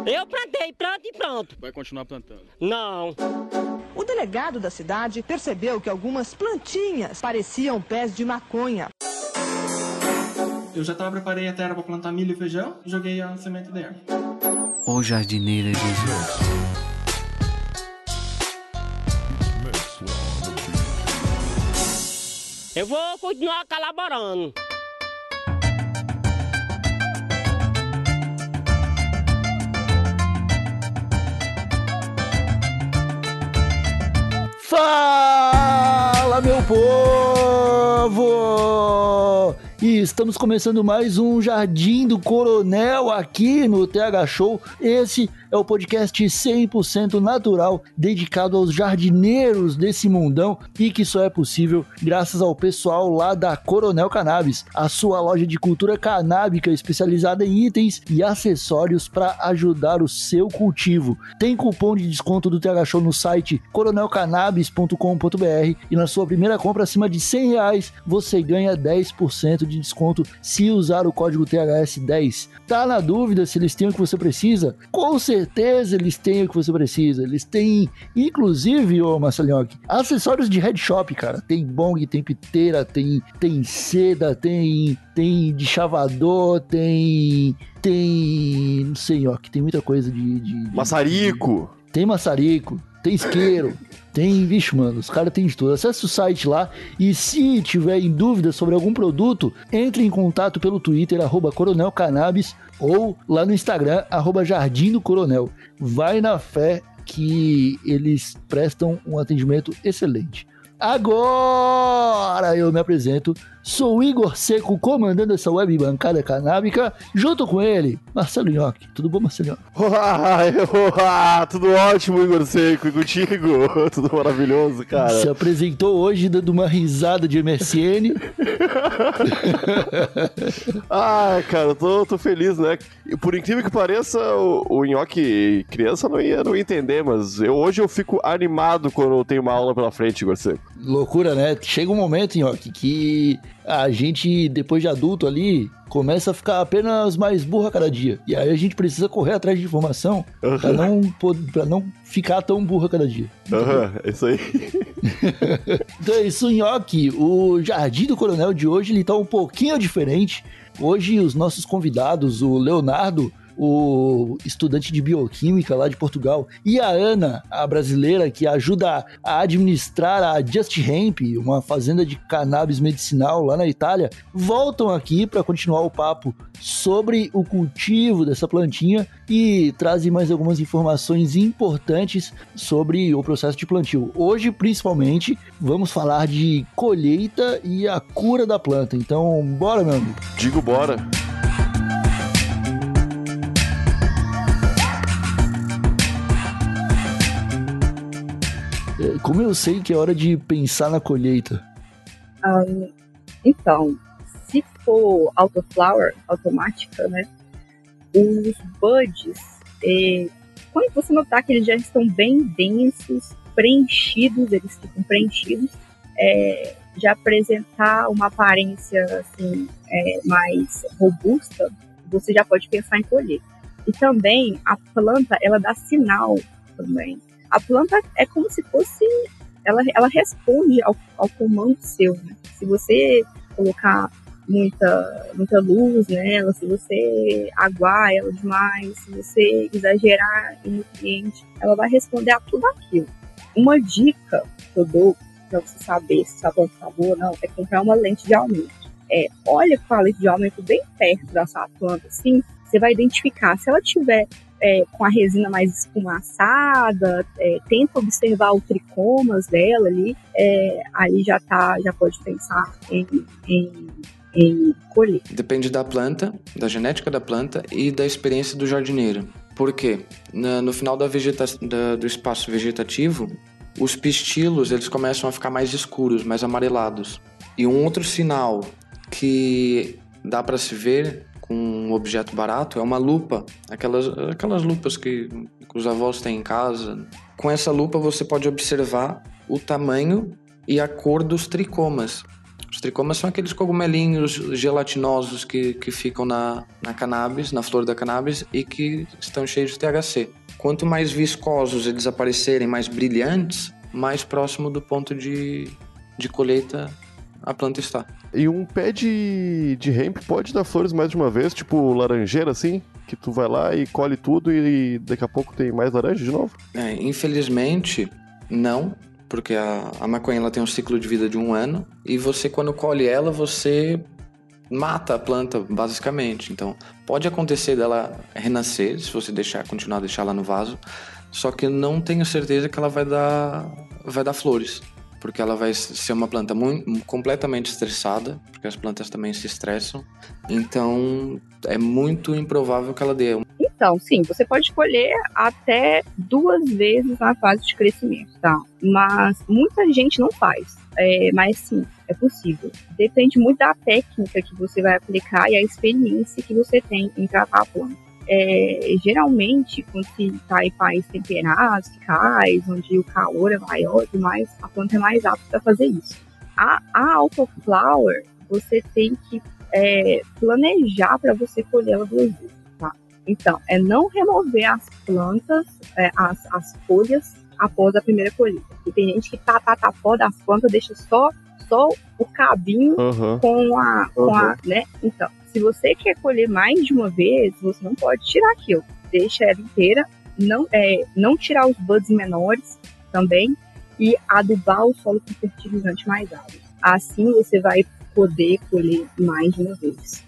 Eu plantei, planto e pronto. Vai continuar plantando? Não. O delegado da cidade percebeu que algumas plantinhas pareciam pés de maconha. Eu já preparei a terra para plantar milho e feijão e joguei a semente dentro. O jardineiro é Jesus. Eu vou continuar colaborando. Fala, meu povo! E estamos começando mais um Jardim do Coronel aqui no TH Show. Esse é o podcast 100% natural, dedicado aos jardineiros desse mundão e que só é possível graças ao pessoal lá da Coronel Cannabis, a sua loja de cultura canábica especializada em itens e acessórios para ajudar o seu cultivo. Tem cupom de desconto do TH Show no site coronelcannabis.com.br e na sua primeira compra acima de R$100 você ganha 10% de desconto se usar o código THS10. Tá na dúvida se eles têm o que você precisa? Com certeza eles têm o que você precisa. Eles têm, inclusive, ô Marcelinhoque, acessórios de head shop, cara. Tem bong, tem piteira, tem seda, tem de chavador, tem não sei, ó, que tem muita coisa de maçarico. Tem maçarico, tem isqueiro. Tem, bicho, mano, os caras têm de tudo. Acesse o site lá e se tiver em dúvida sobre algum produto, entre em contato pelo Twitter, @coronelcannabis, ou lá no Instagram, @jardim do coronel. Vai na fé que eles prestam um atendimento excelente. Agora eu me apresento, sou o Igor Seco, comandando essa web bancada canábica, junto com ele, Marcelo Nhoque. Tudo bom, Marcelo? Tudo ótimo, Igor Seco, e contigo? Tudo maravilhoso, cara. Se apresentou hoje dando uma risada de MSN. Cara, eu tô feliz, né? E por incrível que pareça, o Nhoque criança não ia entender, mas hoje eu fico animado quando eu tenho uma aula pela frente, Igor Seco. Loucura, né? Chega um momento, Nhoque, que a gente, depois de adulto ali, começa a ficar apenas mais burro a cada dia. E aí a gente precisa correr atrás de informação pra não ficar tão burro a cada dia. É isso aí. Então é isso, Nhoque. O Jardim do Coronel de hoje, ele tá um pouquinho diferente. Hoje os nossos convidados, o Leonardo, o estudante de bioquímica lá de Portugal, e a Ana, a brasileira que ajuda a administrar a Just Hemp, uma fazenda de cannabis medicinal lá na Itália, voltam aqui para continuar o papo sobre o cultivo dessa plantinha e trazem mais algumas informações importantes sobre o processo de plantio. Hoje, principalmente, vamos falar de colheita e a cura da planta. Então, bora, meu amigo. Digo bora. Como eu sei que é hora de pensar na colheita? Então, se for autoflower, automática, né? Os buds, quando você notar que eles já estão bem densos, preenchidos, eles ficam preenchidos, já apresentar uma aparência assim, mais robusta, você já pode pensar em colher. E também a planta, ela dá sinal também. A planta é como se fosse, ela responde ao comando seu, né? Se você colocar muita luz nela, se você aguar ela demais, se você exagerar em nutriente, ela vai responder a tudo aquilo. Uma dica que eu dou para você saber se sua planta está boa ou não é comprar uma lente de aumento. Olha com a lente de aumento bem perto da sua planta, assim, você vai identificar. Se ela tiver com a resina mais esfumaçada, tenta observar o tricomas dela ali, aí já pode pensar em colher. Depende da planta, da genética da planta e da experiência do jardineiro. Por quê? No final do espaço vegetativo, os pistilos eles começam a ficar mais escuros, mais amarelados. E um outro sinal que dá para se ver com um objeto barato é uma lupa, aquelas lupas que os avós têm em casa. Com essa lupa você pode observar o tamanho e a cor dos tricomas. Os tricomas são aqueles cogumelinhos gelatinosos que ficam na cannabis, na flor da cannabis, e que estão cheios de THC. Quanto mais viscosos eles aparecerem, mais brilhantes, mais próximo do ponto de colheita a planta está. E um pé de hemp pode dar flores mais de uma vez, tipo laranjeira assim? Que tu vai lá e colhe tudo e daqui a pouco tem mais laranja de novo? Infelizmente, não, porque a maconha ela tem um ciclo de vida de 1 ano e você, quando colhe ela, você mata a planta, basicamente. Então, pode acontecer dela renascer, se você continuar a deixar ela no vaso, só que eu não tenho certeza que ela vai dar flores, porque ela vai ser uma planta completamente estressada, porque as plantas também se estressam, então é muito improvável que ela dê. Então, sim, você pode colher até 2 vezes na fase de crescimento, tá? Mas muita gente não faz. Mas sim, é possível. Depende muito da técnica que você vai aplicar e a experiência que você tem em tratar a planta. Geralmente, quando se está em países temperados, tropicais, onde o calor é maior e demais, a planta é mais apta para fazer isso. A autoflower, você tem que planejar para você colher ela 2 vezes, tá? Então, não remover as plantas, as folhas, após a primeira colheita. E tem gente que tá fora das plantas, deixa só o cabinho com a, né? Então, se você quer colher mais de uma vez, você não pode tirar aquilo. Deixa ela inteira, não tirar os buds menores também e adubar o solo com fertilizante mais ácido. Assim você vai poder colher mais de uma vez.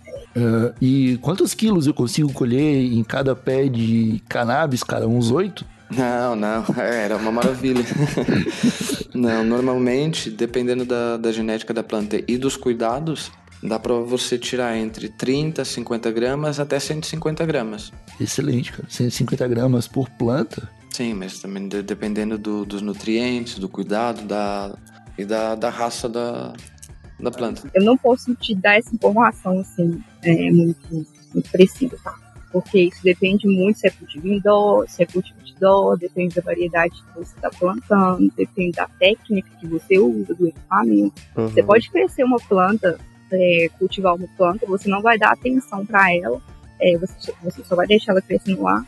E quantos quilos eu consigo colher em cada pé de cannabis, cara? Uns 8? Não, era uma maravilha. Não, normalmente, dependendo da genética da planta e dos cuidados, dá pra você tirar entre 30, 50 gramas até 150 gramas. Excelente, cara. 150 gramas por planta? Sim, mas também dependendo dos nutrientes, do cuidado e da raça da planta. Eu não posso te dar essa informação assim, muito precisa, tá? Porque isso depende muito se é cultivo indoor, se é cultivo outdoor, depende da variedade que você está plantando, depende da técnica que você usa, do equipamento. Você pode crescer uma planta, cultivar uma planta, você não vai dar atenção para ela, você só vai deixar ela crescendo lá.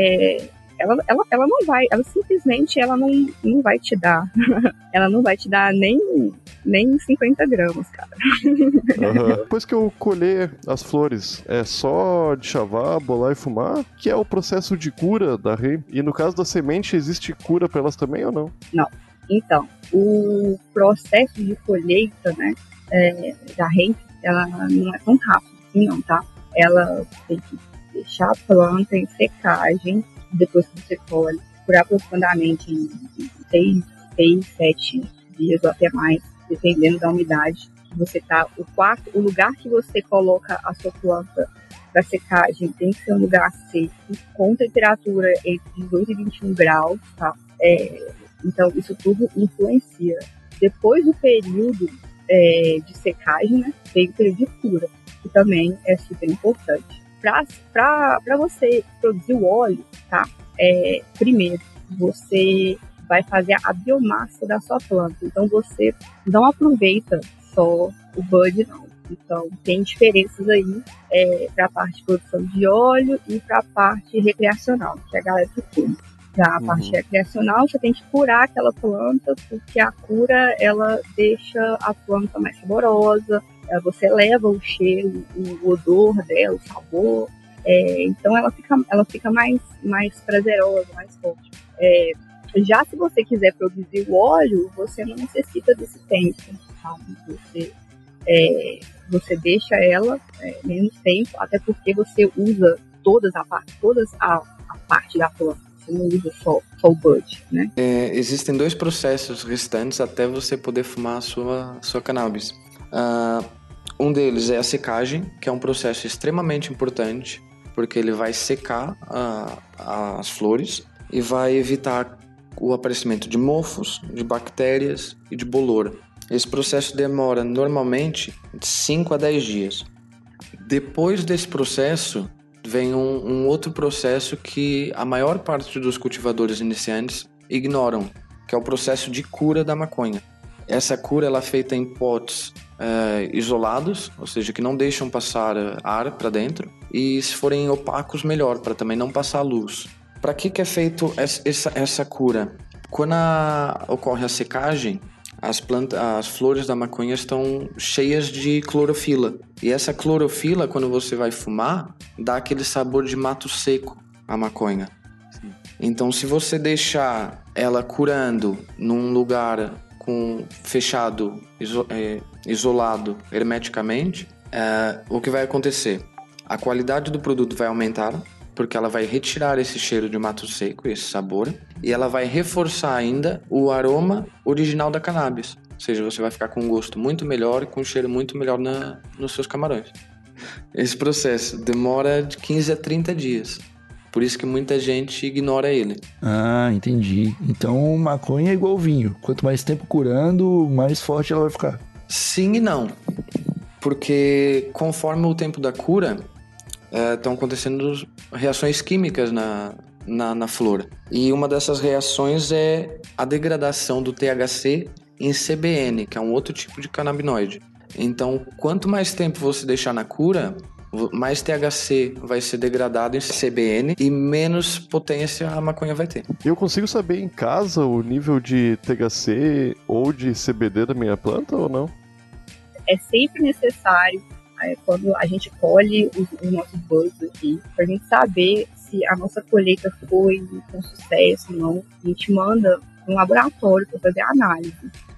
Ela não vai, ela simplesmente não vai te dar. Ela não vai te dar nem 50 gramas, cara. Depois que eu colher as flores, é só deschavar, bolar e fumar? Que é o processo de cura da hemp? E no caso da semente, existe cura para elas também ou não? Não. Então, o processo de colheita, né, da hemp, ela não é tão rápido assim, não, tá? Ela tem que deixar a planta em secagem, depois que você colhe, por aproximadamente 6, 7 dias ou até mais, dependendo da umidade que você tá. O lugar que você coloca a sua planta para secagem tem que ser um lugar seco, com temperatura entre 18 e 21 graus, tá? Então, isso tudo influencia. Depois do período de secagem, né, vem o período de cura, que também é super importante. Para você produzir o óleo, tá? Primeiro, você vai fazer a biomassa da sua planta. Então, você não aproveita só o bud, não. Então, tem diferenças aí para a parte de produção de óleo e para a parte recreacional, que é a galera que fuma. Já a parte recreacional, você tem que curar aquela planta, porque a cura, ela deixa a planta mais saborosa, você eleva o cheiro, o odor dela, o sabor, então ela fica mais prazerosa, mais forte. Já se você quiser produzir o óleo, você não necessita desse tempo, sabe? Você deixa ela menos tempo, até porque você usa toda a parte da planta. Você não usa só o bud, né? Existem 2 processos restantes até você poder fumar a sua cannabis. Um deles é a secagem, que é um processo extremamente importante, porque ele vai secar as flores e vai evitar o aparecimento de mofos, de bactérias e de bolor. Esse processo demora normalmente de 5 a 10 dias. Depois desse processo, vem um outro processo que a maior parte dos cultivadores iniciantes ignoram, que é o processo de cura da maconha. Essa cura ela é feita em potes isolados, ou seja, que não deixam passar ar para dentro, e se forem opacos, melhor, para também não passar luz. Para que é feito essa cura? Quando ocorre a secagem, as flores da maconha estão cheias de clorofila. E essa clorofila, quando você vai fumar, dá aquele sabor de mato seco à maconha. Então, se você deixar ela curando num lugar fechado, isolado hermeticamente, o que vai acontecer? A qualidade do produto vai aumentar, porque ela vai retirar esse cheiro de mato seco, esse sabor, e ela vai reforçar ainda o aroma original da cannabis. Ou seja, você vai ficar com um gosto muito melhor e com um cheiro muito melhor nos seus camarões. Esse processo demora de 15 a 30 dias. Por isso que muita gente ignora ele. Ah, entendi. Então maconha é igual vinho. Quanto mais tempo curando, mais forte ela vai ficar. Sim e não. Porque conforme o tempo da cura, estão acontecendo reações químicas na flor. E uma dessas reações é a degradação do THC em CBN, que é um outro tipo de canabinoide. Então, quanto mais tempo você deixar na cura, mais THC vai ser degradado em CBN e menos potência a maconha vai ter. Eu consigo saber em casa o nível de THC ou de CBD da minha planta ou não? É sempre necessário, quando a gente colhe os nossos buds aqui, pra gente saber se a nossa colheita foi com sucesso ou não. A gente manda um laboratório para fazer a análise.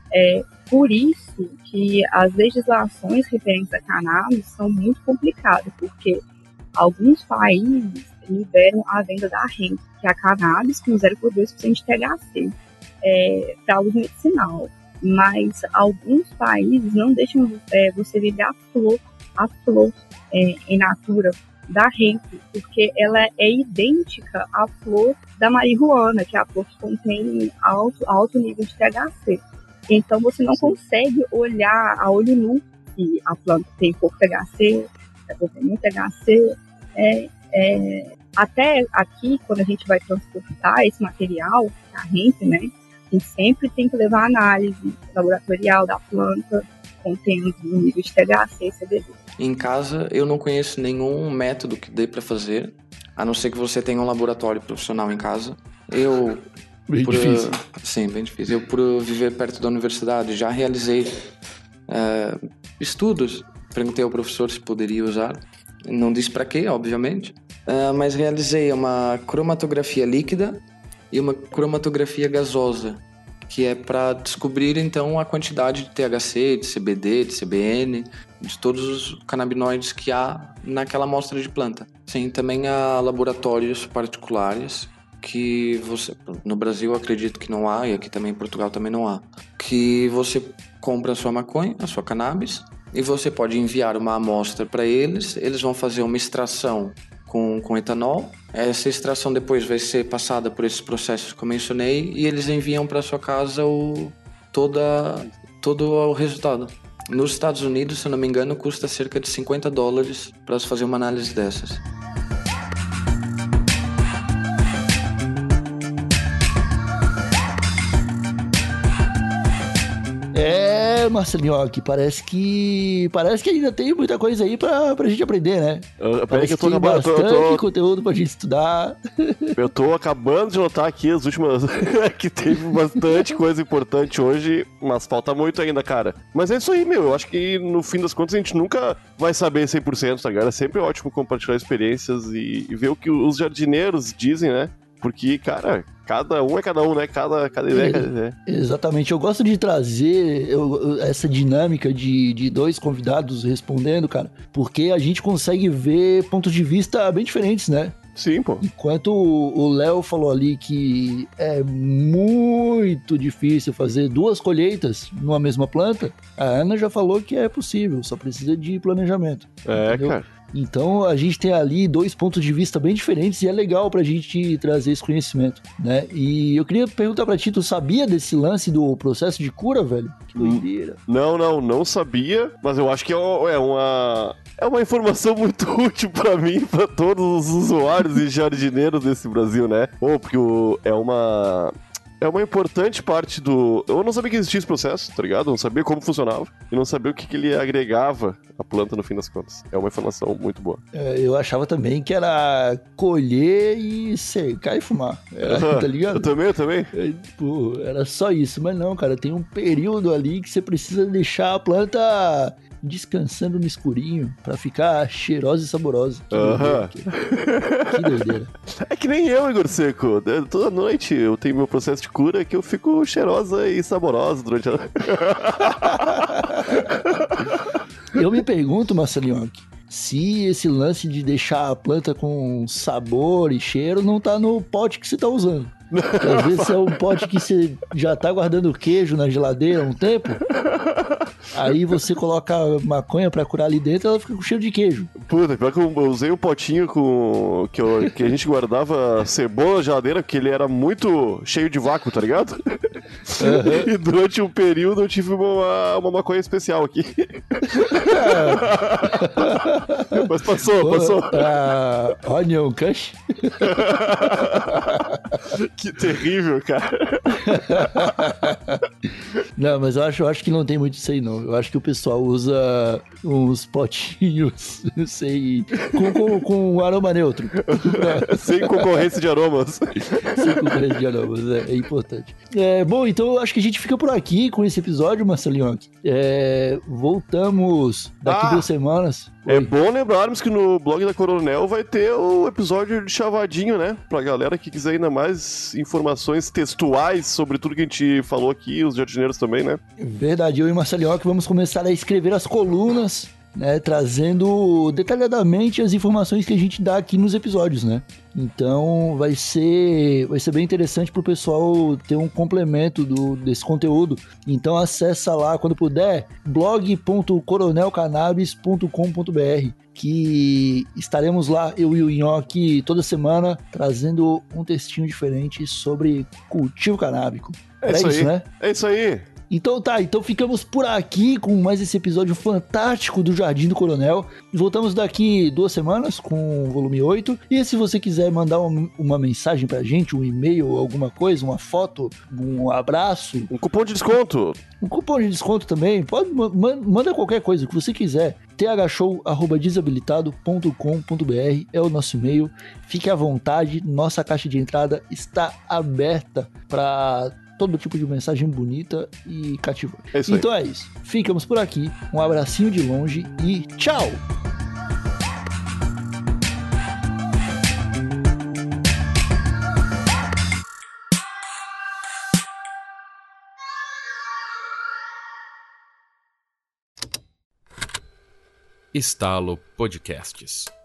Por isso que as legislações referentes a cannabis são muito complicadas, porque alguns países liberam a venda da hemp, que é a cannabis com 0,2% de THC, para uso medicinal. Mas alguns países não deixam você vender a flor in natura da hemp, porque ela é idêntica à flor da marihuana, que é a flor que contém alto nível de THC. Então você não consegue olhar a olho nu se a planta tem pouco THC, se tem muito THC. Até aqui, quando a gente vai transportar esse material, a hemp, né, a gente sempre tem que levar a análise laboratorial da planta, contendo o nível de THC e CBD. Em casa, eu não conheço nenhum método que dê para fazer, a não ser que você tenha um laboratório profissional em casa. Bem difícil. Sim, bem difícil. Eu, por viver perto da universidade, já realizei estudos. Perguntei ao professor se poderia usar. Não disse para quê, obviamente. Mas realizei uma cromatografia líquida e uma cromatografia gasosa, que é para descobrir, então, a quantidade de THC, de CBD, de CBN, de todos os canabinoides que há naquela amostra de planta. Sim, também há laboratórios particulares que no Brasil acredito que não há, e aqui também em Portugal também não há, que você compra a sua maconha, a sua cannabis, e você pode enviar uma amostra para eles vão fazer uma extração com etanol, essa extração depois vai ser passada por esses processos que eu mencionei e eles enviam para sua casa todo o resultado. Nos Estados Unidos, se eu não me engano, custa cerca de $50 para se fazer uma análise dessas. Marcelinho, ó, que parece que ainda tem muita coisa aí pra gente aprender, né? Peraí que eu tô tem acabando. bastante conteúdo pra gente estudar. Eu tô acabando de notar aqui as últimas que teve bastante coisa importante hoje, mas falta muito ainda, cara. Mas é isso aí, meu. Eu acho que no fim das contas a gente nunca vai saber 100%, tá, galera? É sempre ótimo compartilhar experiências e ver o que os jardineiros dizem, né? Porque, cara, cada um é cada um, né? Cada ideia é cada ideia. Exatamente. Eu gosto de trazer essa dinâmica de dois convidados respondendo, cara, porque a gente consegue ver pontos de vista bem diferentes, né? Sim, pô. Enquanto o Léo falou ali que é muito difícil fazer 2 colheitas numa mesma planta, a Ana já falou que é possível, só precisa de planejamento. Entendeu? Cara. Então a gente tem ali 2 pontos de vista bem diferentes e é legal pra gente trazer esse conhecimento, né? E eu queria perguntar pra ti, tu sabia desse lance do processo de cura, velho? Que doideira. Não sabia, mas eu acho que é uma informação muito útil pra mim, pra todos os usuários e jardineiros desse Brasil, né? Porque é uma importante parte do... Eu não sabia que existia esse processo, tá ligado? Eu não sabia como funcionava e não sabia o que ele agregava à planta no fim das contas. É uma informação muito boa. Eu achava também que era colher e secar e fumar. Tá ligado? Eu também. Tipo, era só isso. Mas não, cara, tem um período ali que você precisa deixar a planta descansando no escurinho pra ficar cheirosa e saborosa. Que doideira. É que nem eu, Igor Seco. Toda noite eu tenho meu processo de cura que eu fico cheirosa e saborosa durante a... Eu me pergunto, Marcelinho, se esse lance de deixar a planta com sabor e cheiro não tá no pote que você tá usando. Porque às vezes é um pote que você já tá guardando queijo na geladeira há um tempo, aí você coloca maconha pra curar ali dentro, ela fica com cheiro de queijo. Puta, pior que eu usei um potinho que a gente guardava cebola na geladeira, porque ele era muito cheio de vácuo, tá ligado? E durante um período eu tive uma maconha especial aqui. Mas passou. Onion Kush? Que terrível, cara. Não, mas eu acho que não tem muito isso aí, não. Eu acho que o pessoal usa uns potinhos, não sei, com aroma neutro. Sem concorrência de aromas. Sem concorrência de aromas, é importante. Bom, então eu acho que a gente fica por aqui com esse episódio, Marcelinho. Voltamos daqui 2 semanas. É bom lembrarmos que no blog da Coronel vai ter o episódio de chavadinho, né? Pra galera que quiser ainda mais informações textuais sobre tudo que a gente falou aqui, os jardineiros também, né? Verdade, eu e Marcelinho vamos começar a escrever as colunas, né? Trazendo detalhadamente as informações que a gente dá aqui nos episódios, né? Então vai ser bem interessante pro pessoal ter um complemento desse conteúdo. Então acessa lá quando puder, blog.coronelcannabis.com.br, que estaremos lá, eu e o Nhoque, toda semana trazendo um textinho diferente sobre cultivo canábico. É isso aí, né? É isso aí. Então ficamos por aqui com mais esse episódio fantástico do Jardim do Coronel. E voltamos daqui 2 semanas com o volume 8. E se você quiser mandar uma mensagem pra gente, um e-mail, alguma coisa, uma foto, um abraço. Um cupom de desconto. Um cupom de desconto também. Manda qualquer coisa, o que você quiser. thshow@desabilitado.com.br é o nosso e-mail. Fique à vontade, nossa caixa de entrada está aberta para todo tipo de mensagem bonita e cativante. Então é isso. Ficamos por aqui. Um abracinho de longe e tchau! Estalo Podcasts.